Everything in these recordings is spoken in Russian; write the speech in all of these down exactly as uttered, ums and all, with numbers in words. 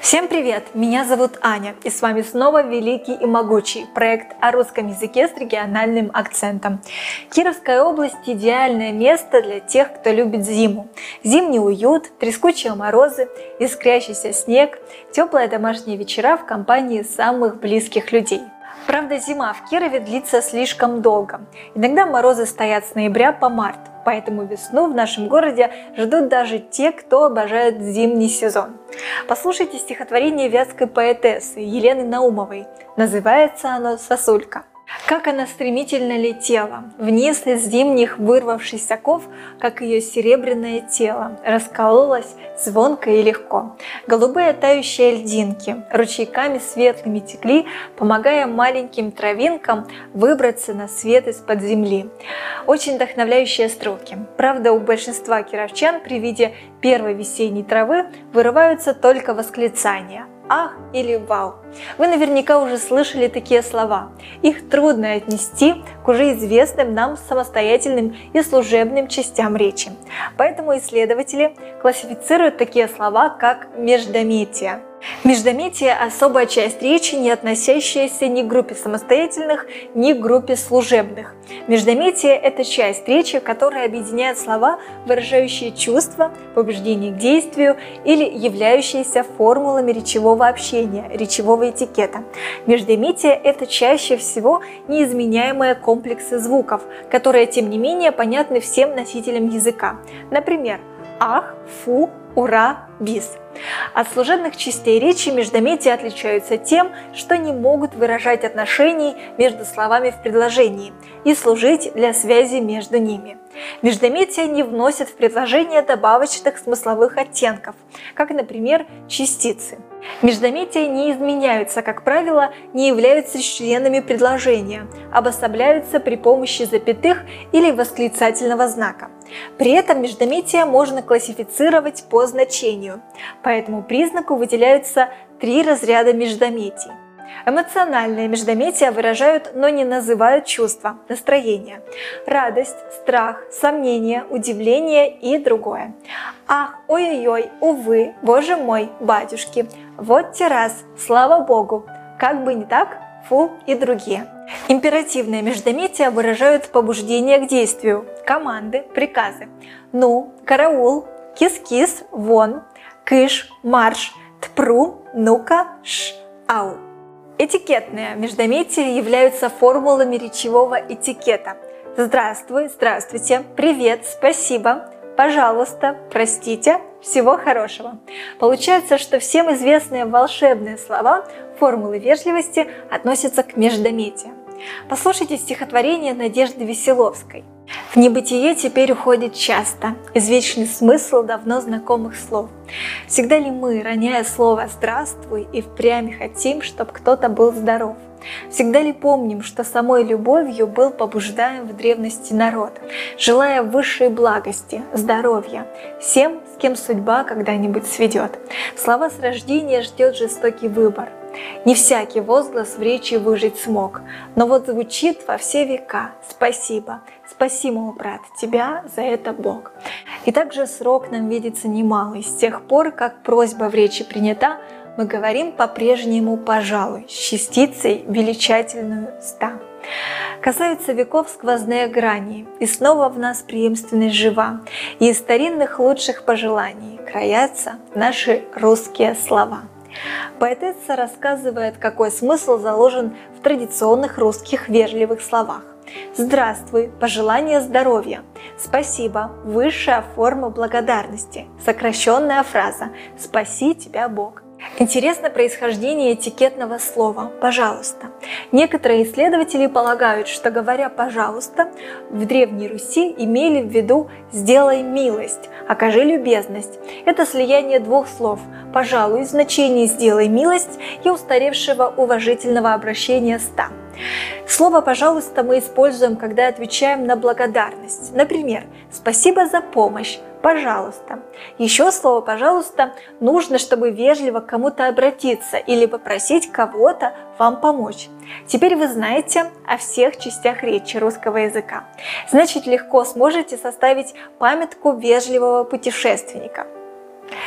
Всем привет! Меня зовут Аня, и с вами снова Великий и Могучий, проект о русском языке с региональным акцентом. Кировская область – идеальное место для тех, кто любит зиму. Зимний уют, трескучие морозы, искрящийся снег, теплые домашние вечера в компании самых близких людей. Правда, зима в Кирове длится слишком долго. Иногда морозы стоят с ноября по март, поэтому весну в нашем городе ждут даже те, кто обожает зимний сезон. Послушайте стихотворение вятской поэтессы Елены Наумовой. Называется оно «Сосулька». Как она стремительно летела, вниз из зимних вырвавшись оков, как ее серебряное тело раскололось звонко и легко. Голубые тающие льдинки ручейками светлыми текли, помогая маленьким травинкам выбраться на свет из-под земли. Очень вдохновляющие строки. Правда, у большинства кировчан при виде первой весенней травы вырываются только восклицания «Ах!» или «Вау!». Вы наверняка уже слышали такие слова. Их трудно отнести к уже известным нам самостоятельным и служебным частям речи. Поэтому исследователи классифицируют такие слова, как междометия. Междометие – особая часть речи, не относящаяся ни к группе самостоятельных, ни к группе служебных. Междометие – это часть речи, которая объединяет слова, выражающие чувства, побуждение к действию или являющиеся формулами речевого общения, речевого этикета. Междометие – это чаще всего неизменяемые комплексы звуков, которые, тем не менее, понятны всем носителям языка. Например, «ах», «фу», «ура», «бис». От служебных частей речи междометия отличаются тем, что не могут выражать отношений между словами в предложении и служить для связи между ними. Междометия не вносят в предложение добавочных смысловых оттенков, как, например, частицы. Междометия не изменяются, как правило, не являются членами предложения, обособляются при помощи запятых или восклицательного знака. При этом междометия можно классифицировать по значению. По этому признаку выделяются три разряда междометий. Эмоциональные междометия выражают, но не называют чувства, настроение, радость, страх, сомнение, удивление и другое. Ах, ой-ой-ой, увы, боже мой, батюшки, вот те раз, слава богу, как бы не так, фу и другие. Императивные междометия выражают побуждение к действию, команды, приказы. Ну, караул, кис-кис, вон, кыш, марш, тпру, ну-ка, ш, ау. Этикетные междометия являются формулами речевого этикета. Здравствуй, здравствуйте, привет, спасибо, пожалуйста, простите, всего хорошего. Получается, что всем известные волшебные слова, формулы вежливости относятся к междометиям. Послушайте стихотворение Надежды Веселовской. В небытие теперь уходит часто извечный смысл давно знакомых слов. Всегда ли мы, роняя слово «здравствуй», и впрямь хотим, чтоб кто-то был здоров? Всегда ли помним, что самой любовью был побуждаем в древности народ, желая высшей благости, здоровья всем, с кем судьба когда-нибудь сведет? Слова с рождения ждет жестокий выбор. Не всякий возглас в речи выжить смог, но вот звучит во все века «Спасибо, спаси, мой брат, тебя за это Бог». И также срок нам видится немалый. С тех пор, как просьба в речи принята, мы говорим по-прежнему «пожалуй», с частицей величательную «ста». Касаются веков сквозные грани, и снова в нас преемственность жива, и из старинных лучших пожеланий краятся наши русские слова. Поэтесса рассказывает, какой смысл заложен в традиционных русских вежливых словах. Здравствуй, пожелание здоровья. Спасибо, высшая форма благодарности. Сокращенная фраза «Спаси тебя Бог». Интересно происхождение этикетного слова «пожалуйста». Некоторые исследователи полагают, что, говоря «пожалуйста», в Древней Руси имели в виду «сделай милость», «окажи любезность». Это слияние двух слов «пожалуй» в значении «сделай милость» и устаревшего уважительного обращения «ста». Слово «пожалуйста» мы используем, когда отвечаем на благодарность. Например, «спасибо за помощь», «пожалуйста». Еще слово «пожалуйста» нужно, чтобы вежливо к кому-то обратиться или попросить кого-то вам помочь. Теперь вы знаете о всех частях речи русского языка. Значит, легко сможете составить памятку вежливого путешественника.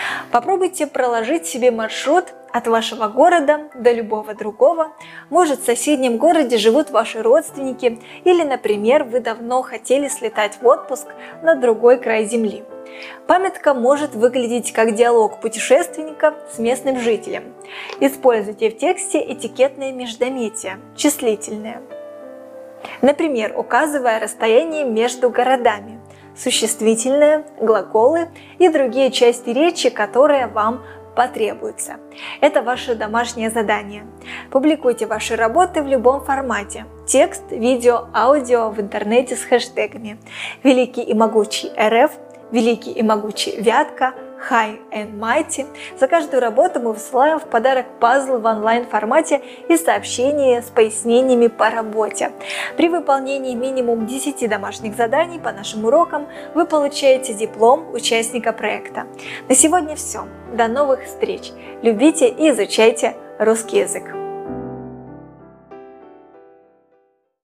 Попробуйте проложить себе маршрут от вашего города до любого другого. Может, в соседнем городе живут ваши родственники, или, например, вы давно хотели слетать в отпуск на другой край земли. Памятка может выглядеть как диалог путешественника с местным жителем. Используйте в тексте этикетные междометия, числительные. Например, указывая расстояние между городами, существительные, глаголы и другие части речи, которые вам потребуются. Это ваше домашнее задание. Публикуйте ваши работы в любом формате. Текст, видео, аудио в интернете с хэштегами «Великий и могучий РФ», «Великий и могучий Вятка», High and Mighty. За каждую работу мы высылаем в подарок пазл в онлайн-формате и сообщения с пояснениями по работе. При выполнении минимум десяти домашних заданий по нашим урокам вы получаете диплом участника проекта. На сегодня все. До новых встреч. Любите и изучайте русский язык.